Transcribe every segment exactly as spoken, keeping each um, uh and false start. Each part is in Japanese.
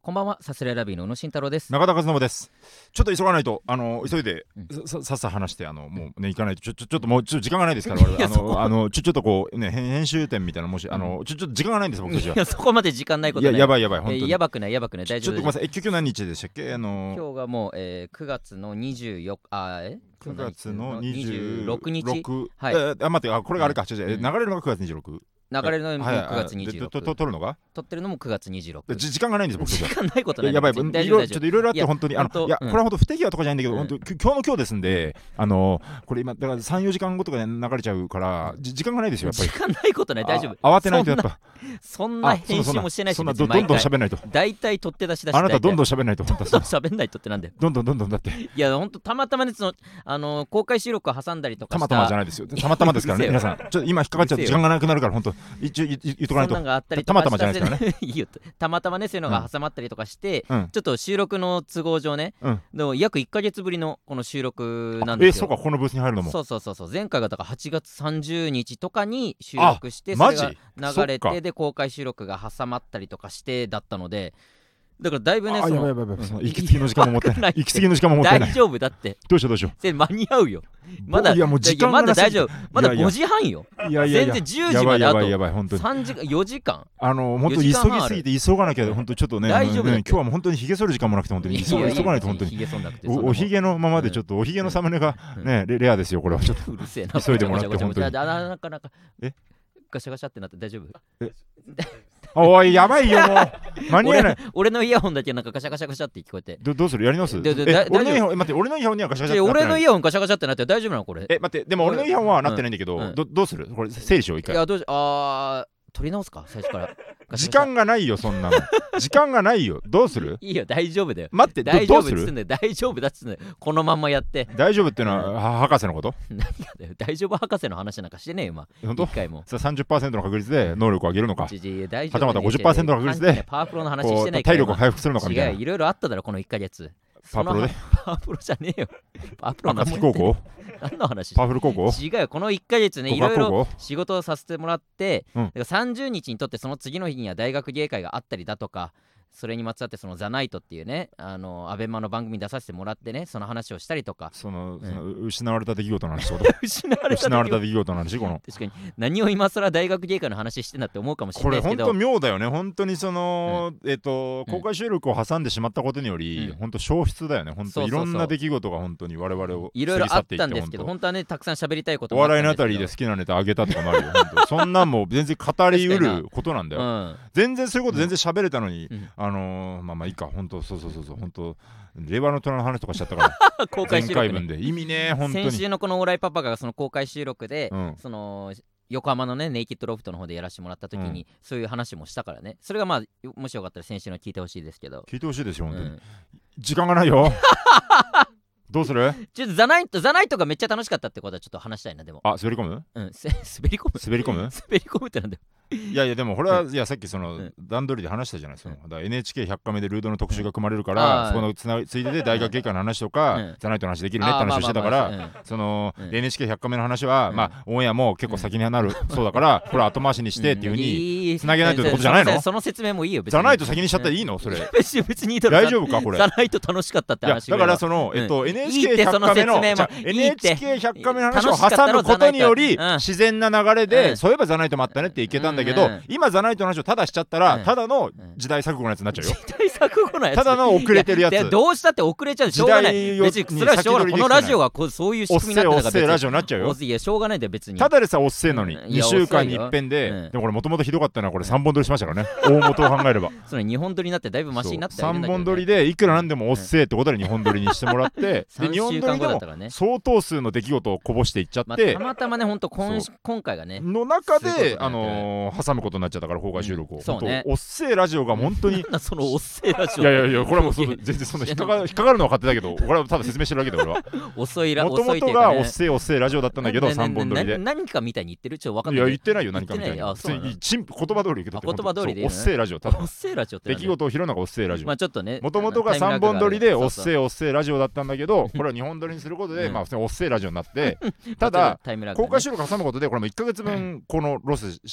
こんばんは、サスレラビーの宇野慎太郎です。 中田和信です。ちょっと急がないと、あの急いで、 うん、 さ, さっさ話して、あのもうね行かないと、ちょちょちょっともうちょっと時間がないですから、我々あのあのちょちょっとこうね編集点みたいな、もしあのちょちょっと時間がないんです僕たちは。 いやそこまで時間ないことない。 いややばいやばい本当に。 やばくないやばくない大丈夫。 ちょっとごめんなさい。え今日何日でしたっけ？あの今日がもう、えー、くがつのにじゅうよっかあえくがつのにじゅうろくにち。 はい。えー、あ待ってあこれがあれか、 うん、 違う違う、流れるのがくがつにじゅうろく。 流れるのもくがつにじゅうろく。 と撮るのが撮ってるのもくがつにじゅうろく。 時間がないんです僕。 時間ないことない。 やばい、いろいろちょっといろいろあって本当にあのいやこれは本当不手際とかじゃないんだけど、本当今日の今日ですんで、あのこれ今だからさんよじかんごとかで流れちゃうから時間がないですよやっぱり。 時間ないことない大丈夫。 慌てないとやっぱそんな編集もしてないし、 そんなどんどん喋んないと。 大体取って出しだし。 あなたどんどん喋んないと。 どんどん喋んないとってなんだよ。 どんどんどんどんだって。 いや本当たまたまねそのあの公開収録を挟んだりとかした。 たまたまじゃないですよ。たまたまですからね皆さん。ちょっと今引っかかっちゃって時間がなくなるから本当一応言っとかないと。たまたまじゃないですからね。いいよたまたまねそういうのが挟まったりとかして、うん、ちょっと収録の都合上ね、 うん、 でも約いっかげつぶりのこの収録なんですよ。 えー、そうかこのブースに入るのも。 そうそうそうそう前回がだからはちがつさんじゅうにちとかに収録して、それが流れてで公開収録が挟まったりとかしてだったので。だからだいぶね、 あ、やばいやばいやばい、その息継ぎの時間ももったいない。息継ぎの時間ももったいない。 大丈夫だって。 どうしようどうしよう。 間に合うよ。まだ、 いやもう時間がまだ大丈夫。まだごじはんよ。 いやいやいや。 全然じゅうじまであとやばい本当に。 さんじかんよじかん。 あの本当急ぎすぎて急がなきゃ本当ちょっとね。 大丈夫。 今日はもう本当にひげ剃る時間もなくて本当に急がないと本当に。おひげのままでちょっとおひげのサムネがねレアですよこれはちょっと。 うるせえな。 急いでもらって本当に。 なかなか。 え？ ガシャガシャってなって大丈夫？ え？おいやばいよもう間に合わない。 俺のイヤホンだけなんかガシャガシャガシャって聞こえて。 どどうするやり直す？え俺のイヤホン待って俺のイヤホンにはガシャガシャってなってない。 俺のイヤホンガシャガシャってなって大丈夫なのこれ？ え待ってでも俺のイヤホンはなってないんだけどどどうする？これ整理しよう一回。 いやどうしあー取り直すか最初から。 時間がないよそんなの。時間がないよどうする？ いいよ大丈夫だよ。 待って大丈夫っつるんだよ大丈夫だっつんだよこのまんまやって。 大丈夫っていうのは博士のこと？ 何がだよ大丈夫博士の話なんかしてねえよ今。 本当？ 一回も。 ささんじゅっパーセントの確率で能力を上げるのか。はたまた ごじゅっパーセント の確率でパワープロの話してないから。 体力を回復するのかみたいな。 違ういろいろあっただろこのいっかげつ。 パワープロで？ パワープロじゃねえよ。パワープロの高校？ 何の話？ パワフル高校？ 違うよこのいっかげつねいろいろ仕事をさせてもらって、うん、だからさんじゅうにちにとってその次の日には大学芸会があったりだとかそれにまつわってそのザナイトっていうねあのアベマの番組に出させてもらってねその話をしたりとかその、うん、その失われた出来事の話失われた出来事の話この確かに何を今更大学芸会の話してんだって思うかもしれないですけどこれ本当妙だよね本当にその、うん、えっと公開収録を挟んでしまったことにより、うん、本当消失だよね本当いろんな出来事が本当に我々をいろいろあったんですけど本当はねたくさん喋りたいこともあったんですけどお笑いのあたりで好きなネタあげたとかもあるよ本当そんなんも全然語りうることなんだよ、うん、全然そういうこと全然喋れたのに、うん、あのー、まあまあいいか本当そうそうそうそう本当令和の虎の話とかしちゃったから公開収録、ね、 前回分で意味ね本当に先週のこのオーライパパがその公開収録で、うん、その横浜のねネイキッドロフトの方でやらせてもらった時に、うん、そういう話もしたからねそれがまあもしよかったら先週の聞いてほしいですけど聞いてほしいですよ本当に、うん、時間がないよどうする？ ちょっとザナイトザナイトがめっちゃ楽しかったってことはちょっと話したいなでもあ滑り込む？ うん滑り込む滑り込む滑り込むってなんだよいやいやでもこれは、うん、いやさっきその、うん、段取りで話したじゃないですか、うん、だから エヌエイチケーひゃく カメでルードの特集が組まれるから、うん、そこのつなついでで大学芸会の話とか、うん、ザナイトの話できるねって話をしてたから、まあまあまあ、その、うん、エヌエイチケーひゃく カメの話は、うん、まあオンエアも結構先にはなる、うん、そうだからこれ後回しにしてっていう風につなげないとってことじゃないの？ その説明もいいよ別にザナイト先にしちゃったらいいのそれ別に別にいいだろ大丈夫かこれザナイト楽しかったって話だからその、えっと、エヌエイチケーひゃく カメの エヌエイチケーひゃく カメの話を挟むことにより自然な流れでそういえばザナイトもあったねっていけたんだけど今ザナイトの話をただしちゃったら、うん、ただの時代錯誤のやつになっちゃうよ。 時代錯誤のやつただの遅れてるやつ。 いやどうしたって遅れちゃうしょうがない。別にそれはしょうがない。このラジオがこうそういう仕組みになってたから別に。おっせえラジオになっちゃうよ。いやしょうがないんだよ別に。 ただでさおっせえのに、うん、にしゅうかんに一遍で、うん、でもこれもともとひどかったのはこれさんぼん撮りしましたからね。大元を考えれば。 それにほん撮りになってだいぶマシになってたよね。 さんぼん撮りでいくらなんでもおっせえってことでにほん撮りにしてもらって、でにほん撮りでも相当数の出来事をこぼしていっちゃって、 まあ、たまたまね本当今今回がねの中であのー、挟むことになっちゃったから公開収録を。そうね。おっせえラジオが本当にそのおっせえラジオいやいやいやこれはもう全然そんな引っかかる引っかかるのは勝手だけどこれはただ説明してるだけで俺は遅いラもともとがおっせえおっせえラジオだったんだけどさんぼん撮りで何かみたいに言ってるちょっと分かんないいや言ってないよ何かみたいに言葉通り言って言葉通りでおっせえラジオただおっせえラジオって出来事を拾うのがおっせえラジオまあちょっとねもともとがさんぼん撮りでおっせえおっせえラジオだったんだけどこれはにほん撮りにすることでまあ普通におっせえラジオになってただ公開収録挟むことでこれもいっかげつぶんこのロスしかねな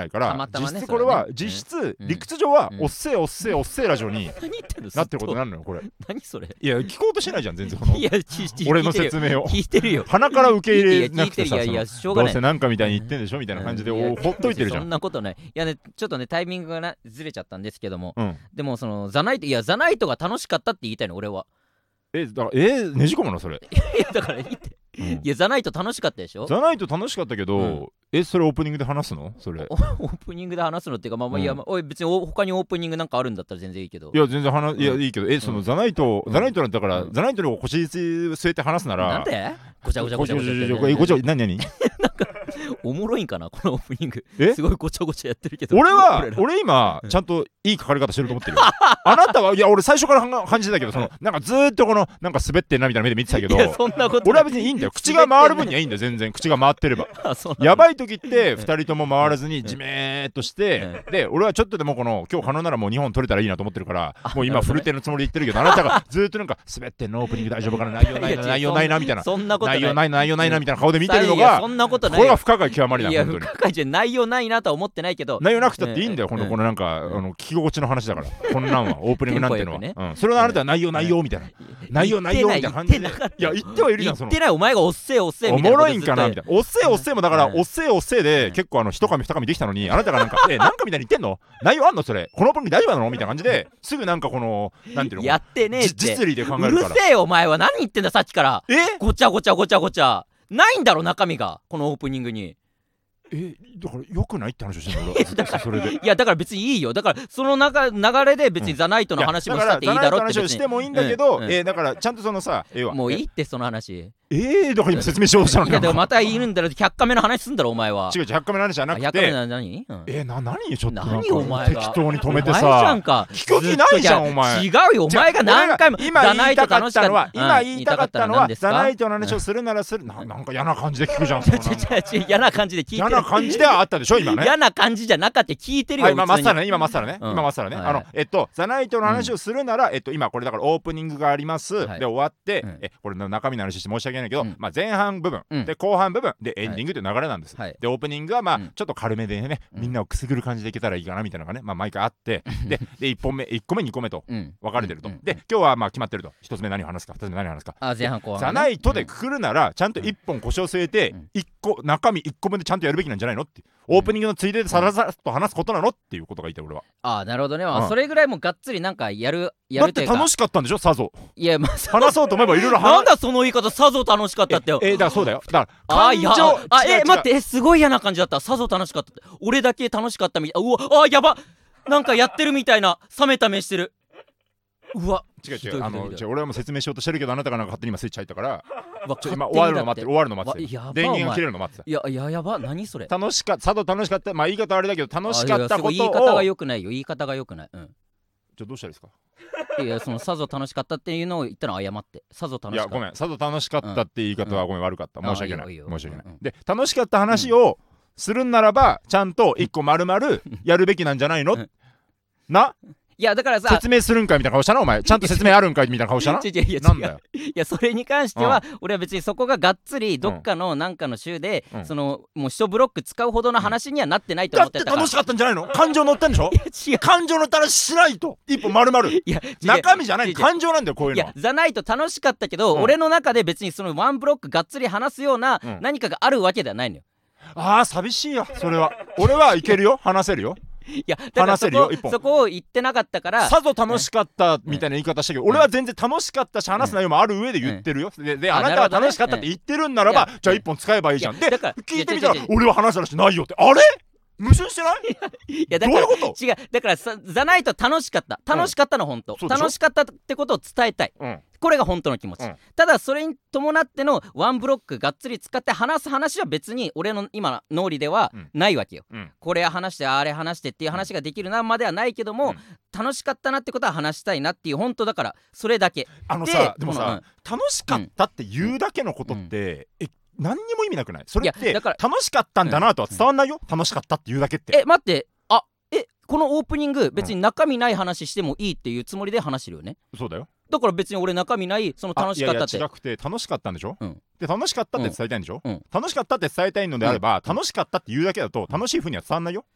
ないから、 たまたまね実質これは、 それはね実質うん理屈上はうんおっせえおっせえおっせえラジオに何言ってんのなってることになるのよこれ。 何それいや聞こうとしないじゃん全然このいや聞いて俺の説明を聞いてるよ鼻から受け入れなくてさ、 いやいやいやそのしょうがないどうせなんかみたいに言ってんでしょみたいな感じでうんいやおほっといてるじゃそんん。 なことない。いやねちょっとねタイミングがなずれちゃったんですけども、 うん、 でもそのザナイトいやザナイトが楽しかったって言いたいの俺は。 えだからえねじ込むのそれ、 いやだからいいってうんいやザナイト楽しかったでしょ。 ザナイト楽しかったけど、 うんえそれオープニングで話すのそれ。 オープニングで話すのっていうかまあまあ、 うんいやまあおい別にお他にオープニングなんかあるんだったら全然いいけど。 いや全然話、いやうんいいけどえそのうんザナイト、 うんザナイトなんだから、 うんザナイトの腰据えて話すならなんでごちゃごちゃごちゃごちゃごちゃごちゃごちゃ何何おもろいんかなこのオープニング。 えすごいごちゃごちゃやってるけど。 俺はら俺今うんちゃんといい書かれ方してると思ってるよあなたはいや俺最初からはん感じてたけどそのなんかずーっとこのなんか滑ってんなみたいな目で見てたけどいやそんなこと俺は別にいいんだよ口が回る分にはいいんだよ全然口が回ってればあそうなんだやばい時ってふたりとも回らずにじめーっとしてうで俺はちょっとでもこの今日可能ならもうにほん取れたらいいなと思ってるからもう今なるほどねフルテンのつもりで言ってるけどあなたがずーっとなんか滑ってんのオープニング大丈夫かな内容ないな内容ないなみたいなそんなことない。 内容ないな内容ないなみたいな顔で見てるのいやがそんなことないこれが不可解極まりないや本当に不可解じゃ内容ないなとは思ってないけど。 内容なくたっていいんだよ、 うんうんこのこのなんか、 うんあの聞き心地の話だから、こんなんは、オープニングなんていうのは、 テンポようん、それはあなたは内容、内容みたいな、内容、内容みたいな感じで、 言ってないいや、言ってはいるじゃん、その言ってないお前がおっせえおっせえおみたいなもろいんかなみたいな、おっせえおっせえもだから、 うんおっせえおっせえで、結構、あの、一噛み二噛みできたのに、あなたがなんか、え、なんかみたいに言ってんの内容あんのそれ、このオープニング大丈夫なのみたいな感じで、すぐなんかこの、なんていうの、 やってねえってじ実利で考えうるるから。 せえよお前は何言ってんださっきからえごちゃごちゃごちゃごちゃないんだろ中身がこのオープニングに。 え、だから、良くないって話をしてんの俺はずっとそれで。 いやだから別にいいよだからその中流れで別にザナイトの話もしたっていいだろって別に話をしてもいいんだけど、 うんうんえーだからちゃんとそのさ、ええわもういいってその話。 えー、だから今説明しようとしたのにいやだからまたいるんだろひゃっカメの話すんだろお前は。 違う違うひゃっカメの話じゃなくひゃっカメてな何、うんえー、な何ちょっとなんか何お前が適当に止めてお前じゃさんか聞く気ないじゃんずっとお前違うよお前が何回も今ザナイ言いたかト楽しかったのはった今言いたかったのはザナイトの話ををするならするななんか嫌な感じで聞くじゃんそのなんか違う違う嫌な感じで聞いてる嫌な感じではあったでしょ今ね嫌な感じじゃなかった聞いてるよはい、今まっさらねね、今まっさらね、 うん今まっさらね、 はいあの、えっと、ザナイトの話をするなら、えっと、今これだからオープニングがあります、 はいで終わって、 うんえ、これの中身の話して申し訳ないけど、 うんまあ前半部分、 うんで後半部分でエンディングという流れなんです。 はいでオープニングはまあ、 うんちょっと軽めでね、 うんみんなをくすぐる感じでいけたらいいかなみたいなのがね、まあ毎回あって、で、でいっぽんめ、いっこめ、にこめとうん分かれてると。 うんで、今日はまあ決まってると。ひとつめ何を話すか、ふたつめ何を話すか。 あ前半後半ねザナイトでくくるなら、ちゃんといっぽん腰を据えてうん、 いっこ、中身いっこめでちゃんとやるべきなんじゃないのってオープニングのついででさらさらっと話すことなのっていうことが言いたい俺は。 ああなるほどね、まあうんそれぐらいもうがっつりなんかやるやだっるというかて楽しかったんでしょさぞいやまあさ話そうと思えばいろいろなんだその言い方さぞ楽しかったってよ。 ええだからそうだよだからあいや感情あ違う違うえ待ってえすごい嫌な感じだったさぞ楽しかったって俺だけ楽しかったみたいうわあやばなんかやってるみたいな冷めた目してるうわ違うひどい違うあのひどいひどい違う俺はもう説明しようとしてるけどあなたがなんか勝手に今スイッチ入ったからうわちょ今勝手にだ終わるの待ってる終わるの待ってるわやば電源がお前切れるの待ってたいやいややば何それ楽しかったさぞ楽しかったまあ言い方あれだけど楽しかったあいやすごいことを言い方が良くないよ言い方が良くないうんじゃあどうしたらいいですかいやそのさぞ楽しかったっていうのを言ったの謝ってさぞ楽しかったいやごめんさぞ楽しかったって言い方はごめん悪かった申し訳ないあいいよいいよ申し訳なうんうんいで楽しかった話をするんならばちゃんと一個丸々やるべきなんじゃないのうんないやだからさ説明するんかいみたいな顔したなお前ちゃんと説明あるんかいみたいな顔したな違う違ういやなんだよいやそれに関しては、俺は別にそこががっつりどっかのなんかの週で、 うんそのもう一ブロック使うほどの話にはなってないとだっ思ってたから、 て楽しかったんじゃないの感情乗ったんでしょいや違う感情乗ったらしないと一歩丸々 いや違う中身じゃない違う感情なんだよこういういのはやザナイト楽しかったけど、 うん俺の中で別にそのワンブロックがっつり話すようなうん何かがあるわけではないのよ。 あー寂しいよそれは俺はいけるよ話せるよいやだから話せそこるよ一本そこを言ってなかったからさぞ楽しかったみたいな言い方したけど俺は全然楽しかったし話す内容もある上で言ってるよででああなたはなるほどね楽しかったって言ってるんならばうんじゃあ一本使えばいいじゃんでいやだから聞いてみたらいや違う違う違う俺は話す話ないよってあれ矛盾してないいやだからどういうこと違うだからさザナイト楽しかった楽しかったの本当、 そうでしょ楽しかったってことを伝えたいうんこれが本当の気持ち、 うんただそれに伴ってのワンブロックがっつり使って話す話は別に俺の今脳裏ではうんないわけよ、 うんこれ話してあれ話してっていう話ができるなまではないけども、 うん楽しかったなってことは話したいなっていう本当だからそれだけあのでこのさでもさ楽しかったって言うだけのことってえ何にも意味なくないそれっていやだから楽しかったんだなとは伝わんないよ楽しかったって言うだけってえ待ってあえこのオープニング別に中身ない話してもいいっていうつもりで話してるよねそうだよだから別に俺中身ないその楽しかったってあいやいや違くて楽しかったんでしょ、 うんで楽しかったって伝えたいんでしょ、 うんうん楽しかったって伝えたいのであれば、 うん楽しかったって言うだけだと楽しい風には伝わんないよ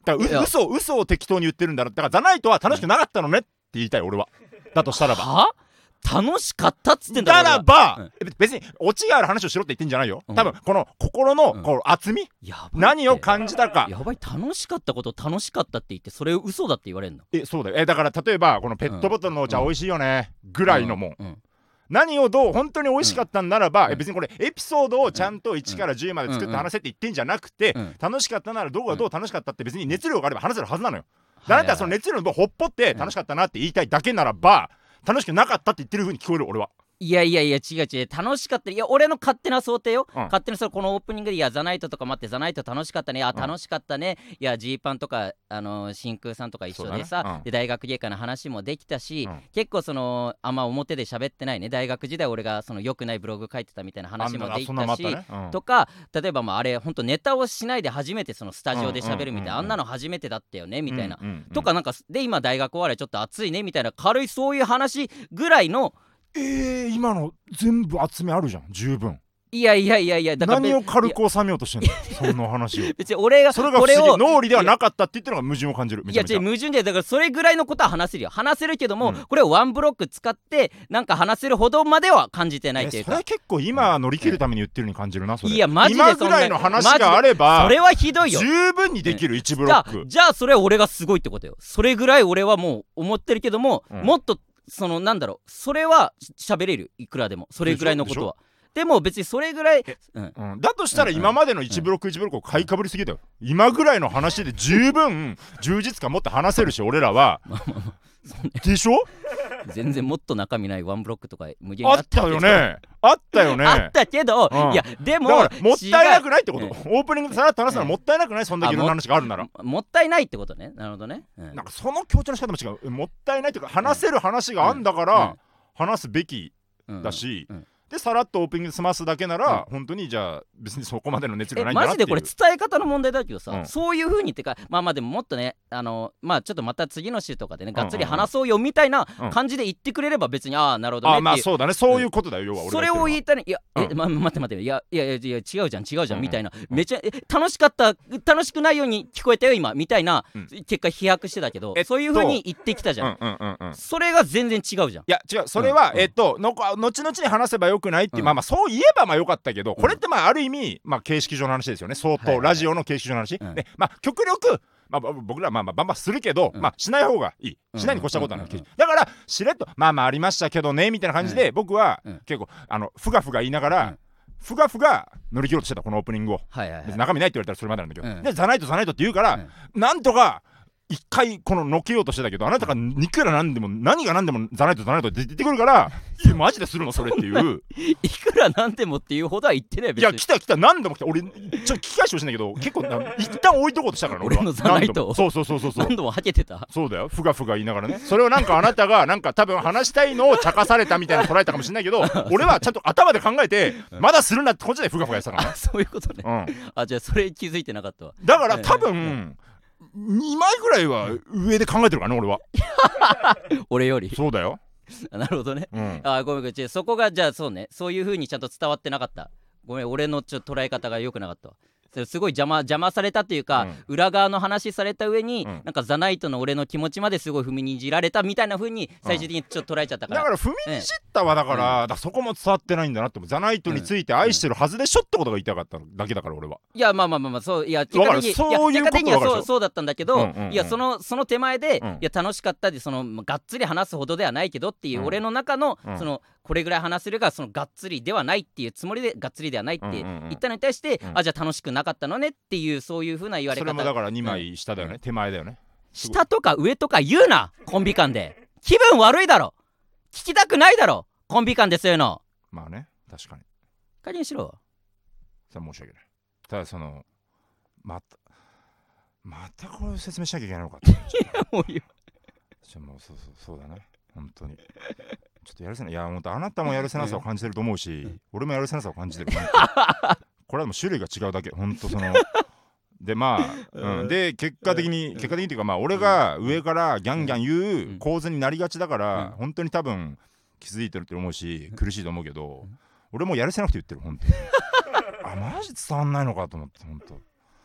だから嘘嘘を適当に言ってるんだろ。だからザナイトは楽しくなかったのねって言いたい俺は。だとしたらばは楽しかったっつってんだならば、 うん、 別にオチがある話をしろって言ってんじゃないよ、うん、多分この心の、うん、この厚み、何を感じたか。 やばい、楽しかったこと楽しかったって言ってそれを嘘だって言われるの。 えそうだよ。えだから例えばこのペットボトルのお茶美味しいよねぐらいのもん、うんうん、何をどう本当に美味しかったんならば、うん、別にこれエピソードをちゃんといちからじゅうまで作って話せって言ってんじゃなくて、うん、楽しかったならどうがどう楽しかったって別に熱量があれば話せるはずなのよ。だからその熱量のほっぽって楽しかったなって言いたいだけならば、楽しくなかったって言ってる風に聞こえる俺は。 いやいやいや違う違う、楽しかった。いや俺の勝手な想定よ、うん、勝手にそのこのオープニングでいやザナイトとか待ってザナイト楽しかったね、あ楽しかったね、うん、いやジーパンとかあの真空さんとか一緒でさ、ねうん、で大学芸会の話もできたし、うん、結構そのあんま表で喋ってないね大学時代俺がその良くないブログ書いてたみたいな話もできたし、ねうん、とか例えばまああれほんとネタをしないで初めてそのスタジオで喋るみたいな、あんなの初めてだったよねみたいな、うんうんうん、とかなんかで今大学終わりちょっと暑いねみたいな軽いそういう話ぐらいの。 えー、今の全部集めあるじゃん十分。 いやいやいやいやだから何を軽く収めようとしてんのその話を別に俺がそれが不思議、脳裏ではなかったって言ってるのが矛盾を感じる。めちゃめちゃいや違う矛盾でだからそれぐらいのことは話せるよ話せるけども、うん、これをワンブロック使ってなんか話せるほどまでは感じてないというか、 それ結構今乗り切るために言ってるように感じるなそれ。 いやマジで今ぐらいの話があればそれはひどいよ。 十分にできるいちブロック、 じゃあ、じゃあそれは俺がすごいってことよ。それぐらい俺はもう思ってるけども、うん、もっとそのなんだろうそれは喋れるいくらでもそれぐらいのことは。でも別にそれぐらい、 うんうん、だとしたら今までのいちブロックいちブロックを買いかぶりすぎだよ、うん、今ぐらいの話で十分充実感持って話せるし俺らはでしょ全然もっと中身ないワンブロックとか無限にあったよねあったよねあったけど、うん、いやでもだからもったいなくないってこと、うん、オープニングでさらっと話すのはもったいなくない、そんだけいろんな話があるならも, もったいないってことね。なるほどね、うん、 なんかその強調の仕方も違う。もったいないというか話せる話があんだから、うん、話すべきだし、うんうんでさらっとオープニングで済ますだけなら、うん、本当にじゃあ別にそこまでの熱量ないんだなっていう。 マジでこれ伝え方の問題だけどさ、うん、そういう風にってかまあまあでももっとねあのまあちょっとまた次の週とかでね、うんうんうん、がっつり話そうよみたいな感じで言ってくれれば別に、うん、ああなるほどねっていう。 あまあそうだねそういうことだよ、うん、要は俺がそれを言いたいね。いや、うん、え、ま、待って待っていやいやいやいや違うじゃん違うじゃん、うんうん、みたいなめちゃえ楽しかった楽しくないように聞こえたよ今みたいな、うん、結果飛躍してたけど、えっと、そういう風に言ってきたじゃん、うんうんうんうん、それが全然違うじゃん。 いや違うそれは、うん、えっとの後々に話せばよくないっていう、うん、まあまあそう言えばまあよかったけど、これってまあある意味まあ形式上の話ですよね相当、はいはい、ラジオの形式上の話、うん、でまあ極力まあ、僕らはまあまあバンバンするけど、うん、まあしない方がいいしないに越したことはない、うんうんうんうん、だからしれっとまあまあありましたけどねみたいな感じで、うん、僕は結構あのふがふが言いながら、うん、ふがふが乗り切ろうとしてたこのオープニングを、はいはいはい、中身ないって言われたらそれまでなんだけど、うん、でザナイトザナイトって言うから、うん、なんとか一回こののけようとしてたけど、あなたがいくらなんでも何が何でもザナイトザナイトって出てくるからいやマジでするのそれっていういくらなんでもっていうほどは言ってない。別にいや来た来た何度も来た。俺ちょっと聞き返してほしいんだけど結構一旦置いとこうとしたからね俺は。俺のザナイトそうそうそうそうそう何度もはけてた。 そうだよふがふが言いながらね。それをなんかあなたがなんか多分話したいのを茶化されたみたいな捉えたかもしれないけど俺はちゃんと頭で考えてまだするなってこっちでふがふがやってたからね。 そういうことね、うん、あじゃあそれ気づいてなかったわ。 だから多分、うんにまいぐらいは上で考えてるからね俺は俺より。 そうだよなるほどね、うん、あごめんごめんそこがじゃあそうねそういう風にちゃんと伝わってなかった。ごめん俺のちょっと捉え方が良くなかったわ。すごい邪魔邪魔されたというか、うん、裏側の話された上に、うん、なんかザナイトの俺の気持ちまですごい踏みにじられたみたいな風に最終的にちょっと捉えちゃったから、 うん、だから踏みにじったはだから、うん、だからそこも伝わってないんだなって。ザナイトについて愛してるはずでしょってことが言いたかっただけだから俺は。 いやまあまあまあまあそういや結果的にそういうことはそうそうだったんだけど、うんうんうん、いやそのその手前で、うん、いや楽しかったでそのがっつり話すほどではないけどっていう、うん、俺の中の、うん、そのこれぐらい話せるがそのがっつりではないっていうつもりでがっつりではないって言ったのに対して、うんうんうん、あじゃあ楽しくなかったのねっていうそういう風な言われ方。 それもだからにまい下だよね、うん、手前だよね。 下とか上とか言うなコンビ間で気分悪いだろ聞きたくないだろコンビ間でそういうの。 まあね確かに仮にしろ。 さあ申し訳ない。ただそのまたまたこれ説明しなきゃいけないのかっていやもう言うじゃもうそうそうそうだね本当にちょっとやるせない。いや本当あなたもやるせなさを感じてると思うし、うん、俺もやるせなさを感じてるこれはもう種類が違うだけ本当そのでまあ、うん、で結果的に結果的にっていうかまあ俺が上からギャンギャン言う構図になりがちだから、うん、本当に多分気づいてるって思うし苦しいと思うけど、俺もやるせなくて言ってる本当にあマジ伝わんないのかと思って本当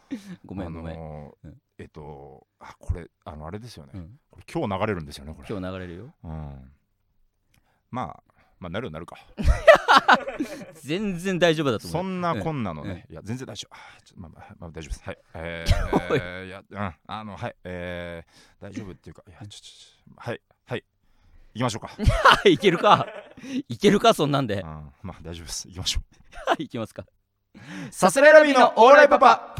ごめんごめん、 あのーうん、 えっとあこれあのあれですよね、 うん、 これ今日流れるんですよねこれ今日流れるよ、 うん、まあまあなるようになるか全然大丈夫だと思う。 そんなこんなのね、 うん、 いや全然大丈夫、あちょまあまあ、まあ、大丈夫ですはいえー、えー、いやうんあのはいえー、大丈夫っていうかいやちょちょはいはい行きましょうかいけるかいけるかそんなんで、 うん、まあ大丈夫です行きましょういきますか。 さすらいラビのオーライパパ。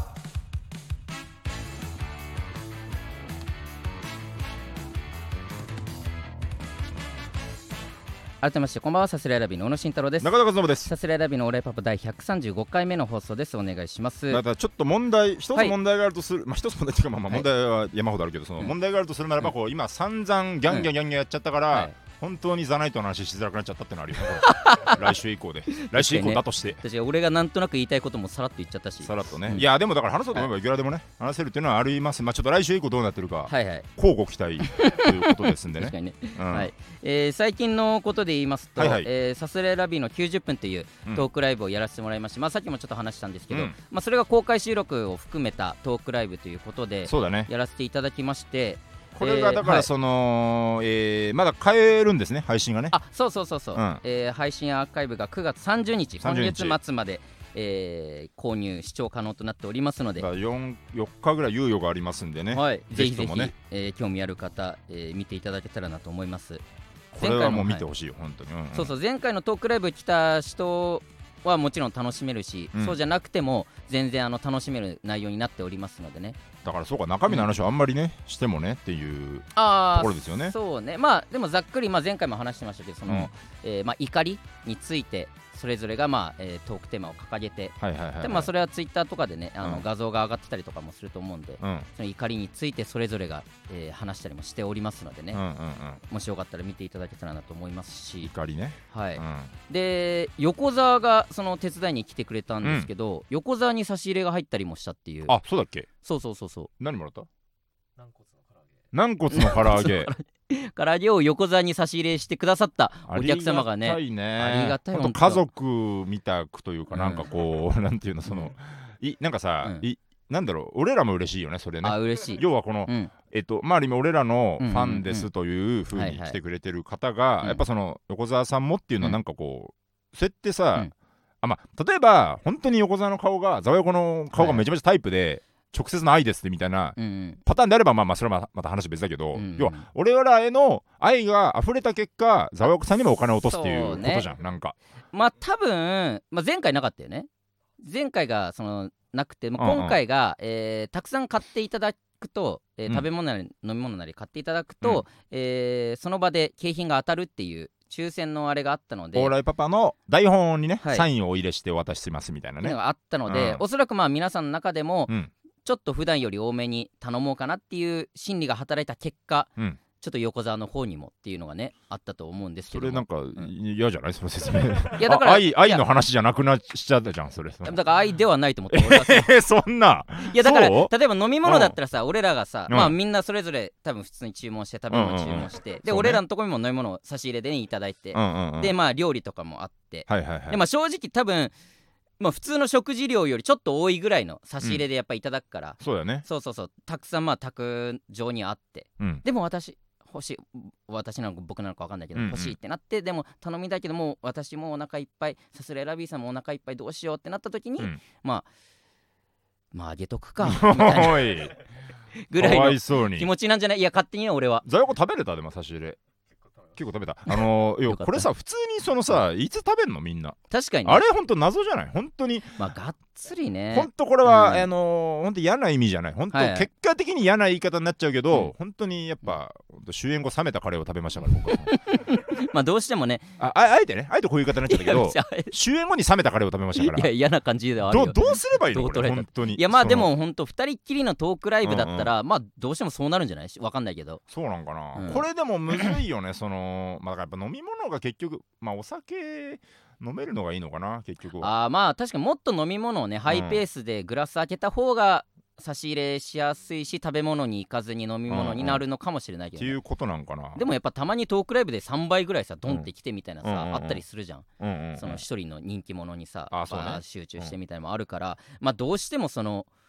改めましてこんばんは、さすらいラビの小野慎太郎です。 中田和信です。 さすらいラビのオーライパパ第ひゃくさんじゅうごかいめの放送です。お願いします。 だからちょっと問題一つ問題があるとする、はい、まあ一つ問題っていうかまあまあ問題は山ほどあるけど、その問題があるとするならばこう今散々ギャンギャンギャンギャンやっちゃったから、はい、本当にザナイトの話しづらくなっちゃったってのあるよね来週以降で来週以降だとして、 確かに俺がなんとなく言いたいこともさらっと言っちゃったし、 さらっとね、うん、 いやでもだから話そうと思えばいくらでもね、はい、話せるっていうのはあります。まあちょっと来週以降どうなってるか、はいはい、交互期待ということですんでね確かにね、うん、はい、えー、最近のことで言いますと、はいはい、えー、サスレラビのきゅうじゅっぷんというトークライブをやらせてもらいまして、うん、まあさっきもちょっと話したんですけど、うん、まあそれが公開収録を含めたトークライブということでやらせていただきまして、 これがだからその、えーはい、まだ変えるんですね、配信がね。 あ、そうそうそうそう、うん、えー、配信アーカイブがくがつさんじゅうにち、今月末まで、えー、購入視聴可能となっておりますので、 よっかぐらい猶予がありますんでね、 はい、ぜひぜひ、ね、えー、興味ある方、えー、見ていただけたらなと思います。 これはもう見てほしいよ、はい、本当に、うんうん、 そうそう、前回のトークライブ来た人はもちろん楽しめるし、うん、そうじゃなくても全然あの楽しめる内容になっておりますのでね。 だからそうか、中身の話をあんまりね、うん、してもねっていうところですよね。 そうね、まあでもざっくり、まあ、前回も話してましたけど、その、うん、えーまあ、怒りについてそれぞれが、まあえー、トークテーマを掲げて、はいはいはいはい、でまあ、それはツイッターとかでね、あの、うん、画像が上がってたりとかもすると思うんで、うん、その怒りについてそれぞれが、えー、話したりもしておりますのでね、うんうんうん、もしよかったら見ていただけたらなと思いますし。 怒りね、 はい、うん、で横澤がその手伝いに来てくれたんですけど、うん、横澤に差し入れが入ったりもしたっていう。 あ、そうだっけ。 そうそうそうそう。 何もらった？軟骨の唐揚げ唐揚げを横澤に差し入れしてくださったお客様がね、 ありがたいね。 ありがたい。 本当家族みたくというか、なんかこう、うん、なんていうの、その、うん、いなんかさ、うん、いなんだろう、俺らも嬉しいよね、それね。 あ、嬉しい。 要はこの、うん、えっとまあ今俺らのファンですという風に来てくれてる方が、やっぱその横澤さんもっていうのはなんかこう、そうやってさ、うん、あ、まあ例えば本当に横澤の顔がザワヨコの顔がめちゃめちゃタイプで、直接の愛ですってみたいなパターンであれば、まあまあそれはまた話別だけど、うんうん、要は俺らへの愛が溢れた結果、ザワヨコさんにもお金を落とすっていうことじゃん、ね、なんかまあ多分、まあ、前回なかったよね。前回がそのなくて、まあ、今回が、うんうん、えー、たくさん買っていただくと、えーうん、食べ物なり飲み物なり買っていただくと、うん、えー、その場で景品が当たるっていう抽選のあれがあったので、 オーライパパの台本にね、はい、サインをお入れしてお渡ししますみたいなねがあったので、うん、おそらくまあ皆さんの中でも、うん、ちょっと普段より多めに頼もうかなっていう心理が働いた結果、うん、ちょっと横澤の方にもっていうのがねあったと思うんですけども、 それなんか嫌、うん、じゃないその説明。いやだから愛愛の話じゃなくなっちゃったじゃんそれ。だから愛ではないと思って俺はえー、そんな。 いやだから例えば飲み物だったらさ、うん、俺らがさ、うん、まあみんなそれぞれ多分普通に注文して食べ物注文して、うんうんうん、で、ね、俺らのところにも飲み物を差し入れで、ね、いただいて、うんうんうん、でまあ料理とかもあって、はいはいはい、でまあ正直多分まあ、普通の食事量よりちょっと多いぐらいの差し入れでやっぱいただくから、 うん、そうだね。 そうそうそう、たくさんまあ卓上にあって、うん、でも私欲しい、私なのか僕なのか分かんないけど、うんうん、欲しいってなって、でも頼みたいけどもう私もお腹いっぱい、さすらいラビーさんもお腹いっぱい、どうしようってなった時に、うん、まあまああげとくかみたいなおいぐらいの気持ちなんじゃない。いや勝手にね俺は。 ザヨコ食べれたでも差し入れ結構食べた。あのー、いやこれさ普通にそのさいつ食べんのみんな。 確かに、ね、 あれほんと謎じゃない本当に。 まあがっつりね。 ほんとこれは、うん、あのー、ほんと嫌な意味じゃない。ほんと結果的に嫌な言い方になっちゃうけど、うん、本当にやっぱ終演後冷めたカレーを食べましたから僕は。 まあどうしてもねあ, あえてねあえてこういう言い方になっちゃったけど終演後に冷めたカレーを食べましたから。 いや嫌な感じではあるよ。 ど, どうすればいいのこれ本当に。 いやまあでもほんとふたりっきりのトークライブだったら、うんうん、まあどうしてもそうなるんじゃないわかんないけど。 そうなんかな、うん、これでもむずいよねそのまあだからやっぱ飲み物が結局まあお酒飲めるのがいいのかな結局は。 あまあ確かにもっと飲み物をねハイペースでグラス開けた方が差し入れしやすいし、食べ物に行かずに飲み物になるのかもしれないけど、ね、 っていうことなんかな。 でもやっぱたまにトークライブでさんばいぐらいさドンってきてみたいなさ、うん、あったりするじゃん、うんうんうん、その一人の人気者にさ、あ、そうね、集中してみたいなのもあるから、うん、まあどうしてもその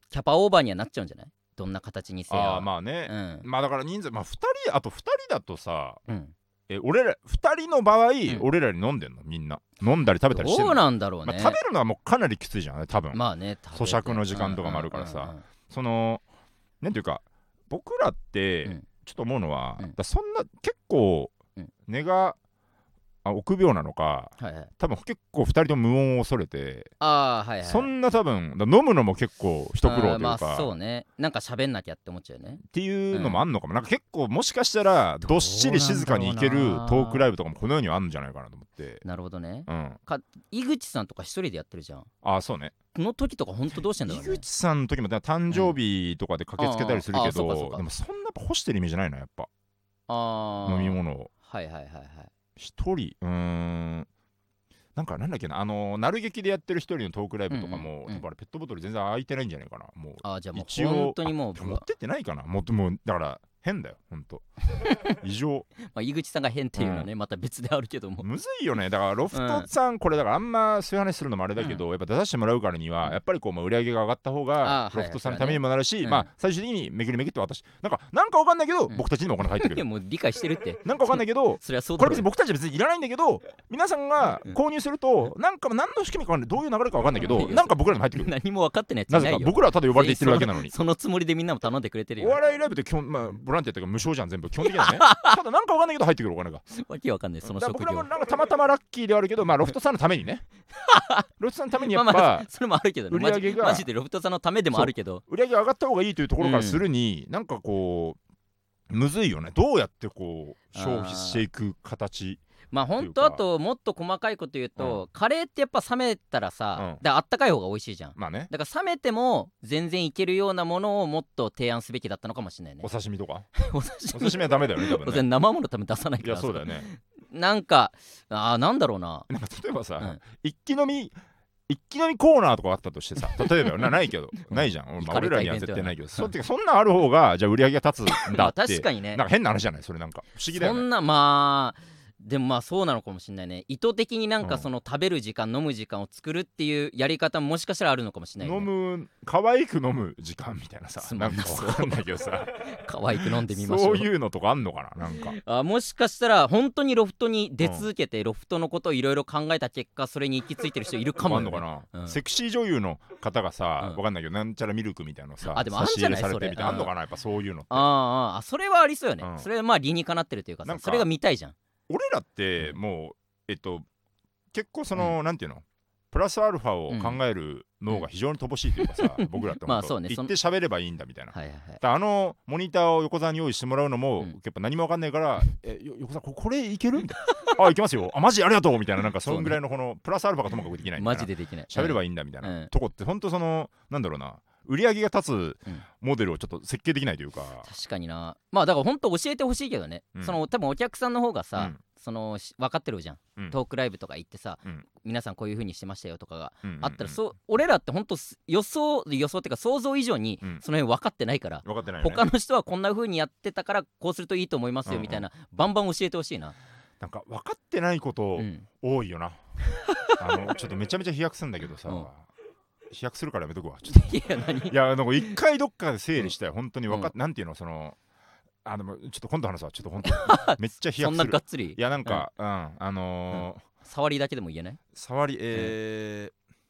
キャパオーバーにはなっちゃうんじゃない？どんな形にせよ。 あまあね、 うん、 まあだから人数まあふたりあとふたりだとさ、 うん、 え俺らふたりの場合、うん、俺らに飲んでんのみんな飲んだり食べたりしてんの？ どうなんだろうね、 まあ、食べるのはもうかなりきついじゃんね多分。 まあね、 咀嚼の時間とかもあるからさ、うんうんうんうん、そのなんていうか僕らって、うん、ちょっと思うのは、うん、だそんな結構、うん、根があ臆病なのか、はいはい、多分結構ふたりとも無音を恐れて、 あ、はいはい、 そんな多分飲むのも結構一苦労というか、 まあそうね、なんか喋んなきゃって思っちゃうねっていうのもあんのかも、うん、なんか結構もしかしたらどっしり静かにいけるトークライブとかもこの世にはあるんじゃないかなと思って。 なるほどね、 うん、 か井口さんとか一人でやってるじゃん。 ああそうね、 この時とか本当どうしてんだろうね。 井口さんの時も誕生日とかで駆けつけたりするけど、うん、でもそんな干してるイメージないなやっぱ。あ飲み物をはいはいはいはい一人うーんなんかなんだっけなあのなる劇でやってる一人のトークライブとかも、うんうんうん、多分ペットボトル全然開いてないんじゃないかな。もうあじゃあもう本当にもう持ってってないかな。もうもうだから変だよほんと異常まあ井口さんが変っていうのはね、うん、また別であるけどもむずいよね。だからロフトさん、うん、これだからあんまそういう話するのもあれだけど、うん、やっぱ出させてもらうからにはやっぱりこう、まあ、売り上げが上がった方がロフトさんのためにもなるし、はいはいね、まあ最終的にめぐりめぐって渡しなんかなんかわかんないけど、うん、僕たちにもお金入ってくる。 いやもう理解してるってなんかわかんないけどそれはそうだこれ別に僕たちは別にいらないんだけど皆さんが購入すると、うん、なんか何の仕組みかわかんないどういう流れかわかんないけどなんか僕らにも入ってくる。 何も分かってないやついないよ。 なぜか僕らはただ呼ばれていってるだけなのにそのつもりでみんなも頼んでくれてるよ。 お笑いライブって基本、まあ、ボランティアというか無償じゃん全部基本的にはねただなんかわかんないけど入ってくるお金がわけわかんないその職業。 僕らもなんかたまたまラッキーではあるけど、まあ、ロフトさんのためにねロフトさんのためにやっぱ、まあまあ、 それもあるけどね、売り上げがマジでロフトさんのためでもあるけど売り上げ上がった方がいいというところからするに、うん、なんかこうむずいよね。どうやってこう消費していく形。 まあ本当あともっと細かいこと言うと、うん、カレーってやっぱ冷めたらさ、うん、だあったかい方が美味しいじゃん。 まあね、 だから冷めても全然いけるようなものをもっと提案すべきだったのかもしれないね。 お刺身とかお刺身はダメだよね多分ね。 生ものため出さないから。 いやそうだよね。 なんかあなんだろうな、 なんか例えばさ、うん、一気飲み一気飲みコーナーとかあったとしてさ例えばなないけどないじゃん、まあ、俺らには絶対ないけどそ, そんなんある方がじゃあ売り上げが立つんだって確かにね、 なんか変な話じゃないそれ。なんか不思議だよね。 そんなまあでもまあそうなのかもしれないね。意図的になんかその食べる時間、うん、飲む時間を作るっていうやり方ももしかしたらあるのかもしれない、ね、 飲む可愛く飲む時間みたいなさなんかわかんないけどさ可愛く飲んでみましょうそういうのとかあんのかな。なんかあもしかしたら本当にロフトに出続けて、うん、ロフトのことをいろいろ考えた結果それに行き着いてる人いるかも、ね、 あんのかな、うん、セクシー女優の方がさ、うん、わかんないけどなんちゃらミルクみたいなのさあでもあんじゃない差し入れされてみたいなあんのかなやっぱそういうのって。 ああそれはありそうよね、うん、それはまあ理にかなってるというかさそれが見たいじゃん。 俺らってもうえっと結構その、うん、なんていうのプラスアルファを考える脳が非常に乏しいというかさ、うん、僕らってまあそうね、 言って喋ればいいんだみたいな、 はいはいはい、 だあのモニターを横澤に用意してもらうのも、うん、やっぱ何も分かんないからえ横澤こ, これいけるみたいなあいけますよあマジありがとうみたいななんかそのぐらいのここのプラスアルファがともかくできないみたいなマジでできない喋ればいいんだみたいな、うん、とこってほんとそのなんだろうな売り上げが立つモデルをちょっと設計できないというか、うん、 確かにな。まあだからほんと教えてほしいけどね、うん、その多分お客さんの方がさ、うんその分かってるじゃん、うん、トークライブとか行ってさ、うん、皆さんこういう風にしてましたよとかがあったら、うんうんうん、そう俺らってほんと予想予想っていうか想像以上にその辺分かってないから、 分かってないね、 他の人はこんな風にやってたからこうするといいと思いますよみたいな、うんうん、バンバン教えてほしいな。 なんか分かってないこと多いよな、うん、あのちょっとめちゃめちゃ飛躍するんだけどさ、うん飛躍するからやめとくわちょっといや何いやなんか一回どっかで整理したよ、うん、本当に分かっ、うん、なんていうのそのあでもちょっと今度話すわちょっと本当にめっちゃ飛躍するそんながっつりいやなんか、うん、うん、あのーうん、 触りだけでも言えない触りえ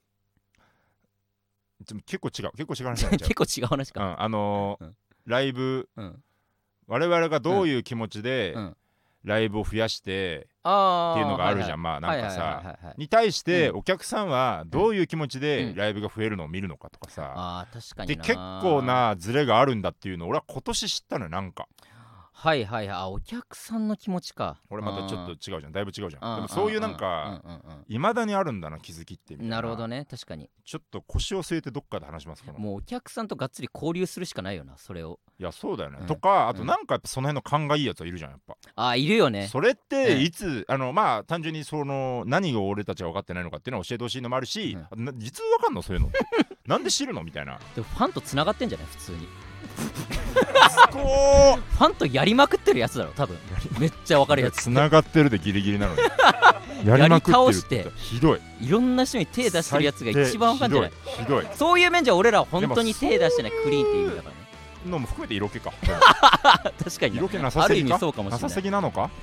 ー、うん、結構違う結構違う話なん結構違う話か、 うん、あのーうん、ライブ、うん、我々がどういう気持ちで、うんライブを増やしてっていうのがあるじゃん、まあなんかさに対してお客さんはどういう気持ちでライブが増えるのを見るのかとかさ、うん、 あ確かになで結構なズレがあるんだっていうのを俺は今年知ったのよ。なんかはいはいはいあお客さんの気持ちか。 俺またちょっと違うじゃんだいぶ違うじゃん。でもそういうなんかいまだにあるんだな気づきってみたいな。 なるほどね確かにちょっと腰を据えてどっかで話しますから。 もうお客さんとがっつり交流するしかないよなそれを。 いやそうだよね、うん、とかあとなんかやっぱその辺の勘がいいやつはいるじゃんやっぱ。 あいるよね。 それっていつ、うん、あのまあ単純にその何を俺たちは分かってないのかっていうのを教えてほしいのもあるし、うん、実は分かんのそういうのなんで知るのみたいな。 でもファンとつながってんじゃない普通にファンとやりまくってるやつだろ多分めっちゃ分かるやつつながってるでギリギリなのにやりまくってるやり倒してひどい、 いろんな人に手出してるやつが一番わかんじゃない。 ひどいひどい。 そういう面じゃ俺らは本当に手出してないクリーンっていう意味だからねのも含めて色気か確かに色気なさすぎか、 ある意味そうかもしれない。 なさすぎなのか。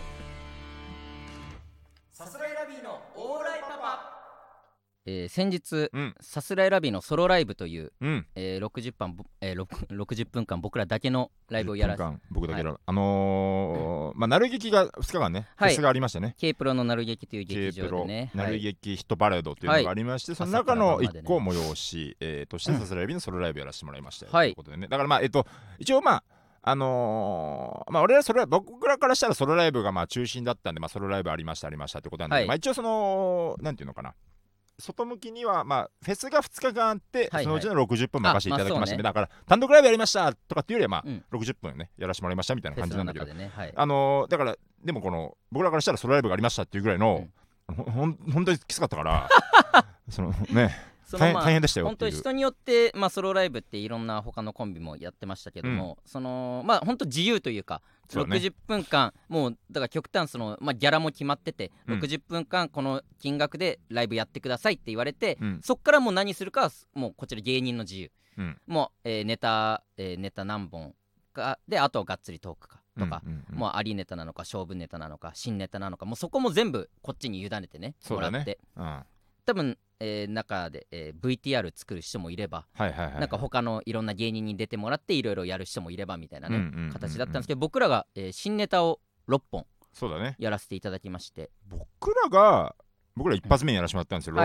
さすらいラビーのオーライパパ、えー、先日、 うん、 さすらいラビーのソロライブという、 うんえー、ろくじゅっぷん、えー、ろくじゅっぷんかん僕らだけのライブをやらせて、 僕だけの、 はい、 あのーうん、まあなる劇がふつかかんね、 はい、 フェスがありましたね。 K プロのなる劇という劇場でね、 なる劇ヒットパレードっていうのがありまして、はい、その中のいっこ催し、えー、としてさすらいラビーのソロライブやらせてもらいました、うん、ということでね。だからまあえっ、ー、と一応まああのー、まあ俺らそれ僕らからしたらソロライブがまあ中心だったんで、まあソロライブありましたありましたってことなんで、はい、まあ一応そのなんていうのかな、外向きにはまあフェスがふつかかんあって、はいはい、そのうちのろくじゅっぷん任せていただきました、ね、まあね、だから単独ライブやりましたとかっていうよりはまあ、うん、ろくじゅっぷんねやらせてもらいましたみたいな感じなんだけど、ね、はい、あのー、だからでもこの僕らからしたらソロライブがありましたっていうぐらいの、うん、ほほん本当にきつかったからそのねその、まあ、大変でしたよ。 本当に人によって、まあ、ソロライブっていろんな他のコンビもやってましたけども、うん、そのまあ本当自由というか、ろくじゅっぷんかんもうだから極端その、まあ、ギャラも決まってて、うん、ろくじゅっぷんかんこの金額でライブやってくださいって言われて、うん、そっからもう何するかはもうこちら芸人の自由、うん、もう、えー、ネタ、えー、ネタ何本かで、あとはがっつりトークかとか、うんうんうん、もうありネタなのか勝負ネタなのか新ネタなのか、もうそこも全部こっちに委ねてねもらって、うん、多分えー、中で、えー、ブイティーアール 作る人もいれば、はいはいはいはい、なんか他のいろんな芸人に出てもらっていろいろやる人もいればみたいなね、うんうんうんうん、形だったんですけど、僕らが、えー、新ネタをろっぽんやらせていただきまして、 ね、僕らが僕ら一発目にやらせてもらったんですよ、はい、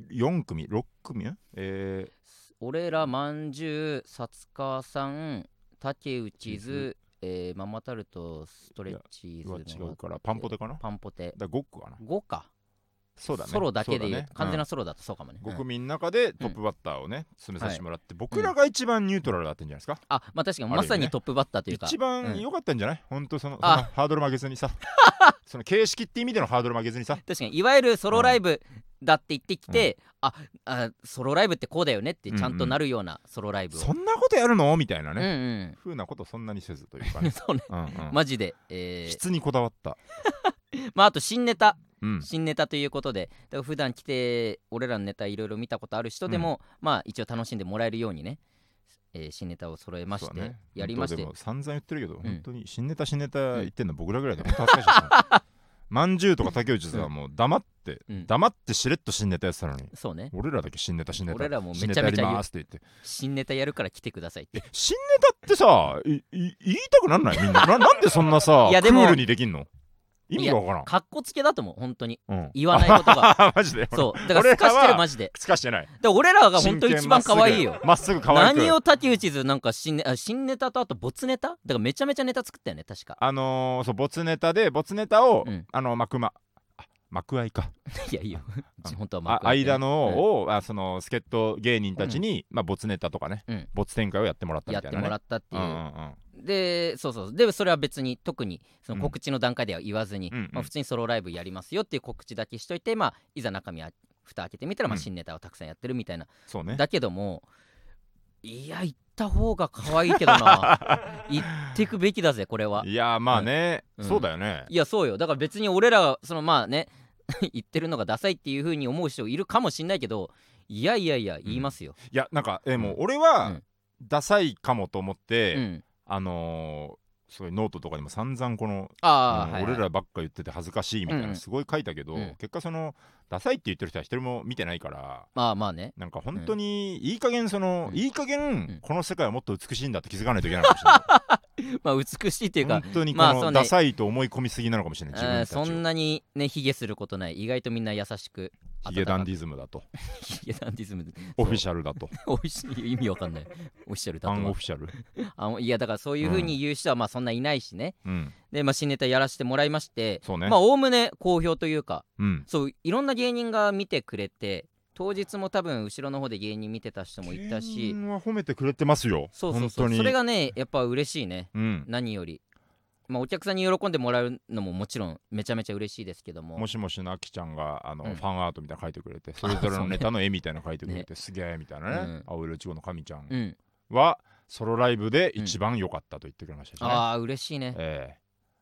よんくみろっくみ、えー、 俺らまんじゅう、さつかさん、竹内図、えー、ママタルト、ストレッチーズの違うからパンポテかな、 パンポテだごこかな、 ごかそうだね、 ソロだけでいう、 ね、 完全なソロだとそうかもね、 ご組の中でトップバッターをね、うん、進めさせてもらって、はい、僕らが一番ニュートラルだったんじゃないですか。 あ、まあ確かにまさにトップバッターというか、 一番良かったんじゃない、うん、ほんとその、そのハードル曲げずにさその形式って意味でのハードル曲げずにさ、 確かにいわゆるソロライブだって言ってきて、うん、ああソロライブってこうだよねってちゃんとなるようなソロライブを、 うんうん、そんなことやるのみたいなね、 うんうん、 風なことそんなにせずというかねそうね、うんうん、マジで、えー、 質にこだわったまああと新ネタ、 うん、 新ネタということで、だから普段来て俺らのネタいろいろ見たことある人でも、うん、まあ一応楽しんでもらえるようにね、えー、新ネタを揃えまして、ね、やりまして、 でも散々言ってるけど、うん、本当に新ネタ新ネタ言ってんの僕らぐらいで本当恥ずかしいですねまんじゅうとか竹内さんはもう黙って、うん、黙ってしれっと新ネタやってたのに、 そうね、 俺らだけ新ネタ新ネタ俺らもめちゃめちゃ言う、 新ネタやりますって言って、 新ネタやるから来てくださいって。 新ネタってさいい言いたくなんないみんなな, なんでそんなさいやでもクールにできんの、意味がわからん。 かっこつけだと思う本当に、うん、言わないことがマジで、 そうだからすかしてるマジで、 すかしてない。 で俺らが本当一番可愛いよ、 まっすぐ可愛い。 何を竹内図なんか新ネ、新ネタとあとボツネタだからめちゃめちゃネタ作ったよね確か。 あのー、そうボツネタでボツネタを、うん、あの幕間幕合いかいやいいよ本当は幕合い、ね、間のを、うん、あその助っ人芸人たちに、うん、まあボツネタとかね、うん、ボツ展開をやってもらったみたいな、ね、 やってもらったっていう、 うんうんうん、 でそうそうでそれは別に特にその告知の段階では言わずに、うんまあ、普通にソロライブやりますよっていう告知だけしといて、まあ、いざ中身は蓋開けてみたら、まあ、新ネタをたくさんやってるみたいな、 そうね、 だけどもいや行った方が可愛いけどな行ってくべきだぜこれは。 いやまあね、うん、そうだよね。 いやそうよ、だから別に俺らがそのまあね言ってるのがダサいっていう風に思う人いるかもしんないけど、いやいやいや言いますよ、 うん、いやなんかえもう俺はダサいかもと思って、うん、あのー、そういうノートとかにも散々このあ、うんはいはい、俺らばっか言ってて恥ずかしいみたいなすごい書いたけど、うん、結果そのダサいって言ってる人は一人も見てないから、 まあまあね、 なんか本当にいい加減その、うん、いい加減この世界はもっと美しいんだって気づかないといけないかもしれないまあ美しいっていうか本当にこのダサいと思い込みすぎなのかもしれない、自分たちを。 そんなにね卑下することない、意外とみんな優しくヒゲダンディズムだとヒゲダンディズムオフィシャルだとオフィシ意味わかんないオフィシャルだとアンオフィシャルあいやだからそういう風に言う人はまあそんないないしね、 うん、 でまあ新ネタやらせてもらいまして、 そうね、 まあおおむね好評というか、 うん、 そういろんな芸人が見てくれて、当日も多分後ろの方で芸人見てた人もいたし、 芸人は褒めてくれてますよ。 そうそうそう、それがねやっぱ嬉しいね、 うん、 何よりまあ、お客さんに喜んでもらうのももちろんめちゃめちゃ嬉しいですけども、 もしもしのあきちゃんがあの、うん、ファンアートみたいなの書いてくれて、それぞれのネタの絵みたいなの書いてくれて、ね、すげえみたいなね、うん、青色いちごの神ちゃんは、うん、ソロライブで一番良かったと言ってくれましたしね、 ああ嬉しいね、 え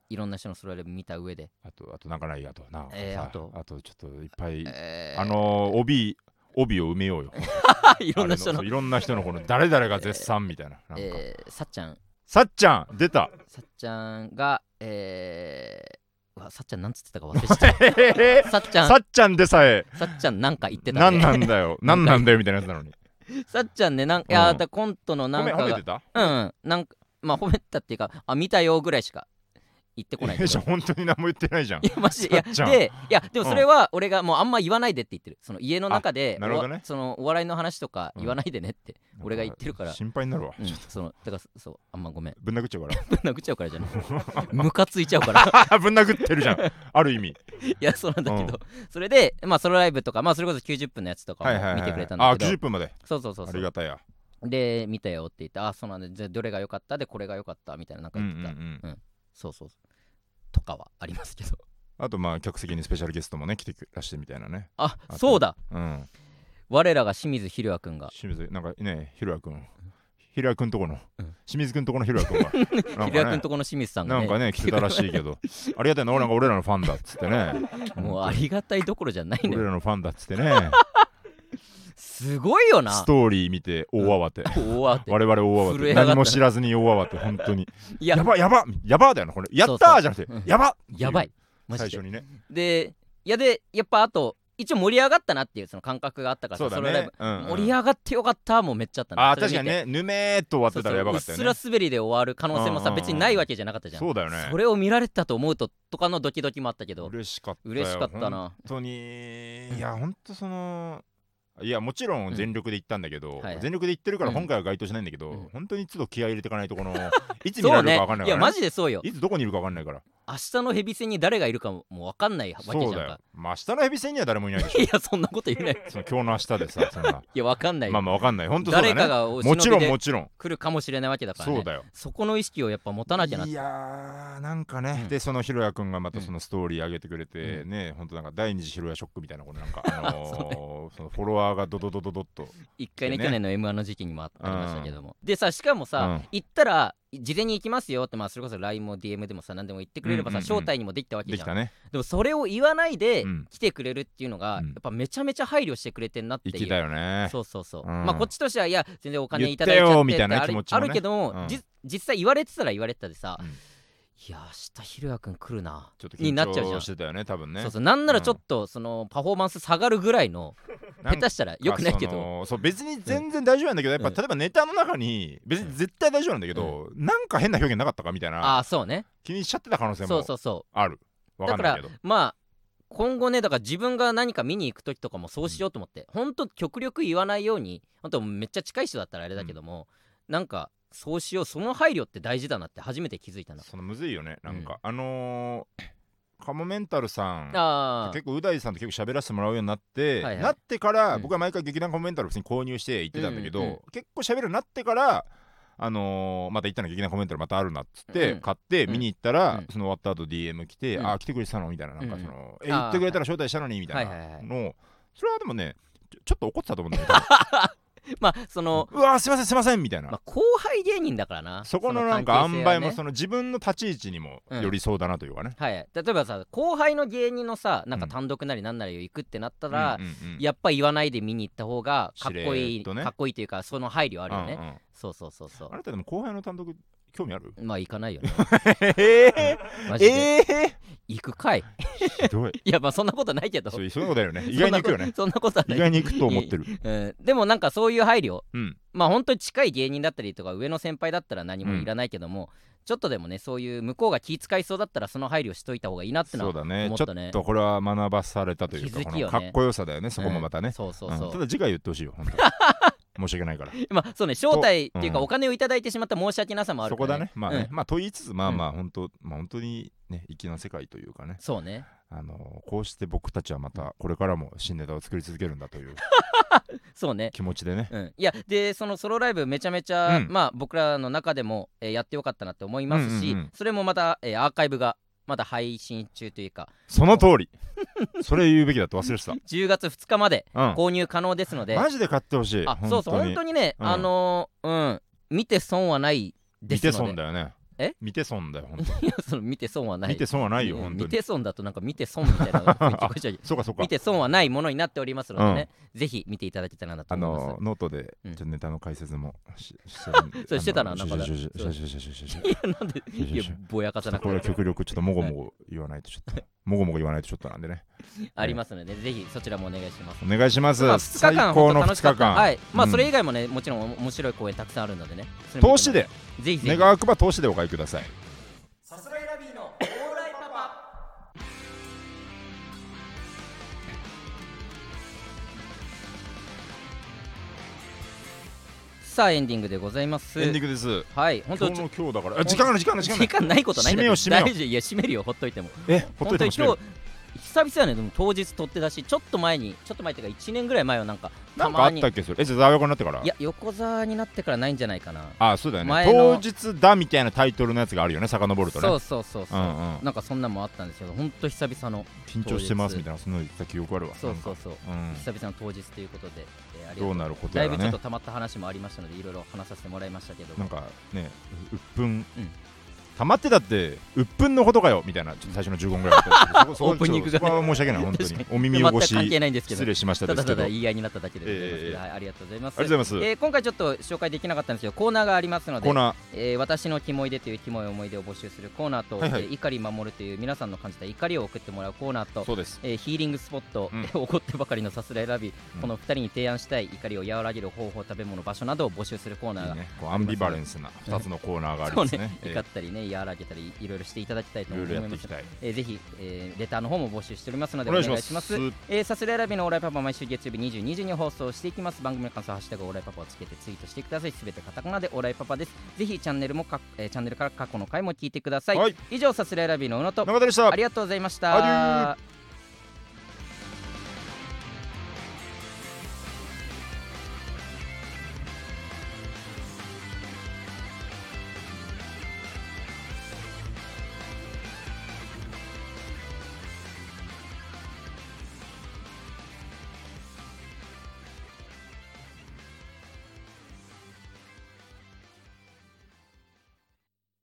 いろんな人のソロライブ見た上であとあとなんかないあとな、 えー、あとあとちょっといっぱい、 えー、 あのー、帯帯を埋めようよいろんな人 の, のいろんな人のこの誰々が絶賛みたいな、なんか、 えー、さっちゃんさっちゃん出たさっちゃんがえー、うわさっちゃんなんつってたか忘れちゃったさっちゃんさっちゃんでさえさっちゃんなんか言ってた、 ね、なんなんだよなんなんだよみたいなやつなのにさっちゃんねなんか、うん、いやだコントのなんかが褒めてたうんなんかまあ褒めたっていうかあ見たよぐらいしか言ってこないけど本当に何も言ってないじゃん。 いやマジでいやでいやでもそれは俺がもうあんま言わないでって言ってるその家の中でなるほどね、 そのお笑いの話とか言わないでねって俺が言ってるから、 心配になるわ、 うん、そのだからそうあんまごめんぶん殴っちゃうからぶん殴っちゃうからじゃないムカついちゃうからぶん殴ってるじゃんある意味いやそうなんだけど、うん、それでまあソロライブとかまあそれこそきゅうじゅっぷんのやつとかも見てくれたんだけど、はいはいはい、あきゅうじゅっぷんまでそうそうそうそうありがたやで見たよって言ってあそうなんだじゃあどれが良かったでこれが良かったみたいななんか言ってた、うんうんうんうん、そうそうそうとかはありますけどあとまあ客席にスペシャルゲストもね来てらしてみたいなねあ, あそうだ、 うん、 我らが清水ひろやくんが清水なんかねひろやくんひろやくんとこの、うん、清水くんとこのひろやくんが、ね、 ひろやくんとこの清水さんがねなんかね来てたらしいけどありがたいな俺なんか俺らのファンだっつってねもうありがたいどころじゃないね俺らのファンだっつってねすごいよなストーリー見て大慌て、 うん、大慌て我々大慌て何も知らずに大慌て本当にいややばやばやばだよなこれやったーじゃなくて、うん、やばやばいマジで最初にねでいやでやっぱあと一応盛り上がったなっていうその感覚があったからそうだね、 そのライブ、 うんうん、 盛り上がってよかったもうめっちゃあったなあ確かにねぬめーっと終わってたらやばかったよねうっすら滑りで終わる可能性もさ、うんうん、別にないわけじゃなかったじゃんそうだよねそれを見られたと思うととかのドキドキもあったけど嬉しかったよ嬉しかったな本当にいや本当そのいやもちろん全力で行ったんだけど、うんはいはい、全力で行ってるから今回は該当しないんだけど、うん、本当に都度気合い入れていかないとこのいつ見られるか分かんないから、ね、 いやマジでそうよいつどこにいるか分かんないから明日のヘビ戦に誰がいるかももう分かんないわけじゃんかそうだよ、まあ、明日のヘビ戦には誰もいないでしょいやそんなこと言うないその今日の明日でさそんないや分かんないまあまあ分かんない本当そうだね誰かがおもちろんもちろん来るかもしれないわけだからねそうだよそこの意識をやっぱ持たなきゃなっていやーなんかね、うん、でそのひろやくんがまたそのストーリー上げてくれて、うん、ね本当なんか第二次ひろやショックみたいなこのなんかあのー、そ, ね、そのフォロワーがドドドドドッと一回ね去年の エムワン の時期にもありましたけども、うん、でさしかもさ、うん、行ったら事前に行きますよって、まあ、それこそ ライン も ディーエム でもさ何でも言ってくれればさ、うんうんうん、招待にもできたわけじゃん、 ね、 でもそれを言わないで来てくれるっていうのが、うん、やっぱめちゃめちゃ配慮してくれてんなっていう粋だよねそうそうそう、 うん、 まあこっちとしてはいや全然お金いただいちゃってってある、 ね、 あるけども、 うん、 実際言われてたら言われてたでさ、 うんいや明日ひろやくん来るなちょっと緊張してたよね多分ねそうそうなんならちょっと、うん、そのパフォーマンス下がるぐらいの下手したらよくないけどそう別に全然大丈夫なんだけど、うん、やっぱ例えばネタの中に別に絶対大丈夫なんだけど、うん、なんか変な表現なかったかみたいなあそうね気にしちゃってた可能性もそうそうそうあるわかんないけどだからまあ今後ねだから自分が何か見に行く時とかもそうしようと思って、うん、ほんと極力言わないようにほんとめっちゃ近い人だったらあれだけども、うん、なんかそうしようその配慮って大事だなって初めて気づいたなそのむずいよねなんか、うん、あのー、カモメンタルさんあ結構う大さんと結構喋らせてもらうようになって、はいはい、なってから、うん、僕は毎回劇団カモメンタル普通に購入して行ってたんだけど、うんうんうん、結構喋るようになってからあのー、また行ったの劇団コメンタルまたあるなっつって、うん、買って見に行ったら、うん、その終わった後 ディーエム 来て、うん、あー来てくれてたのみたいななんかその、うん、え言ってくれたら招待したのにみたいなの、はいはいはい、それはでもねちょ、ちょっと怒ってたと思うんだけどまあそのうわーすいませんすいませんみたいな、 まあ、後輩芸人だからなそこのなんか塩梅もその自分の立ち位置にもよりそうだなというかね、 うん、はい例えばさ後輩の芸人のさなんか単独なりなんなり行くってなったら、うんうんうんうん、やっぱ言わないで見に行った方がかっこいい、ね、かっこいいというかその配慮あるよね、うんうん、そうそうそうそうあなたでも後輩の単独興味ある？ まあ行かないよねえー、 マジで、 えー、 行くかいひどいいやまあそんなことないけどそうそういうことだよね意外に行くよねそんなことはない意外に行くと思ってる、 うん、でもなんかそういう配慮、 うん、 まあ本当に近い芸人だったりとか上の先輩だったら何もいらないけども、うん、ちょっとでもねそういう向こうが気遣いそうだったらその配慮しといた方がいいなってのは思ったね。 そうだねちょっとこれは学ばされたというか、 気づきよね、 このかっこよさだよねそこもまたね、 うん、そうそうそう、 うん、ただ次回言ってほしいよ本当申し訳ないからまあそうね招待っていうかお金をいただいてしまった申し訳なさもあるから、ね、 そこだねまあね、うん、まあと言いつつまあまあ本当、うん、まあ本当にね粋な世界というかねそうねあのこうして僕たちはまたこれからも新ネタを作り続けるんだというそうね気持ちでね、 うん、いやでそのソロライブめちゃめちゃ、うん、まあ僕らの中でも、えー、やってよかったなって思いますし、うんうんうん、それもまた、えー、アーカイブがまだ配信中というかその通りそれ言うべきだと忘れてたじゅうがつふつかまで購入可能ですので、 うん、マジで買ってほしいあそうそう本当にね、うん、あのー、うん見て損はないですので見て損だよねえ見て損だよ本当に。 いやその見て損はない。 見て損はないよ本当に。 見て損だとなんか見て損みたいな雰囲気聞こえちゃう。 そうかそうか。 見て損はないものになっておりますのでね、うん、ぜひ見ていただけたらなと思います。 あのノートでちょっとネタの解説もし、 うん、してるんでそれしてたななんかだ。いやなんでいやぼやかさなくて。 これは極力ちょっともごもご言わないとちょっともごもご言わないとちょっとなんでね。 ありますので、ぜひそちらもお願いします。 お願いします。 まあ、ふつかかん最高のふつかかん。 はい。まあそれ以外もね、もちろん面白い公演たくさんあるのでね。 投資でぜひぜひ。 願わくば投資でお買いください。 さすらいラビーのオーライパパ。さあエンディングでございます。 エンディングです。 はい。本当今日の今日だから時間がない時間ない時間ない。 時間ないことないんだけど。 締めよう締めよう。 大丈夫いや締めるよほっといても。 えほっといても締める。 久々やね。でも当日取ってたし、ちょっと前にちょっと前っていうかいちねんぐらい前はなんかなんかあったっけそれ。えじゃあザワ横になってから。 いや横澤になってからないんじゃないかな。 あそうだよね。当日だみたいなタイトルのやつがあるよね遡るとね。 そうそうそうそう、うんうん、なんかそんなもあったんですけど本当久々の緊張してますみたいなそんなの言った記憶あるわ。 そうそうそう、うん、久々の当日ということで、 えー、ありがとうどうなることやらね。 だいぶちょっとたまった話もありましたのでいろいろ話させてもらいましたけどなんかねうっぷん、うん溜まってたってうっぷんのことかよみたいなちょっと最初のじゅうごふんぐらいあったオープニングが、 ね、そこは申し訳ない本当にお耳汚し関係ないんですけど失礼しましたですけどただただ言い合いになっただけでございますけど、えーはい、ありがとうございます。 ありがとうございます、 えー、今回ちょっと紹介できなかったんですけどコーナーがありますのでコーナー、 えー、私のキモいでというキモい思い出を募集するコーナーと、はいはいえー、怒り守るという皆さんの感じた怒りを送ってもらうコーナーとそうです、 えー、ヒーリングスポット、うん、怒ってばかりのさすらいラビ、うん、このふたりに提案したい怒りを和らげる方法食べ物場所などを募集するコーナーがいい、ね、 こうアンビバレンスなふたつのコーナーがありますね。 そうね怒ったりね和らげたりいろいろしていただきたいと思います。えー、ぜひ、えー、レターの方も募集しておりますのでお願いします。ますえー、さすらいラビのオーライパパ毎週月曜日にじゅうにじに放送していきます。番組の感想ハッシュタグオーライパパをつけてツイートしてください。すべてカタカナでオーライパパです。ぜひチャンネルもか、えー、チャンネルから過去の回も聞いてください、はい、以上さすらいラビの宇野と中田でした。 ありがとうございました。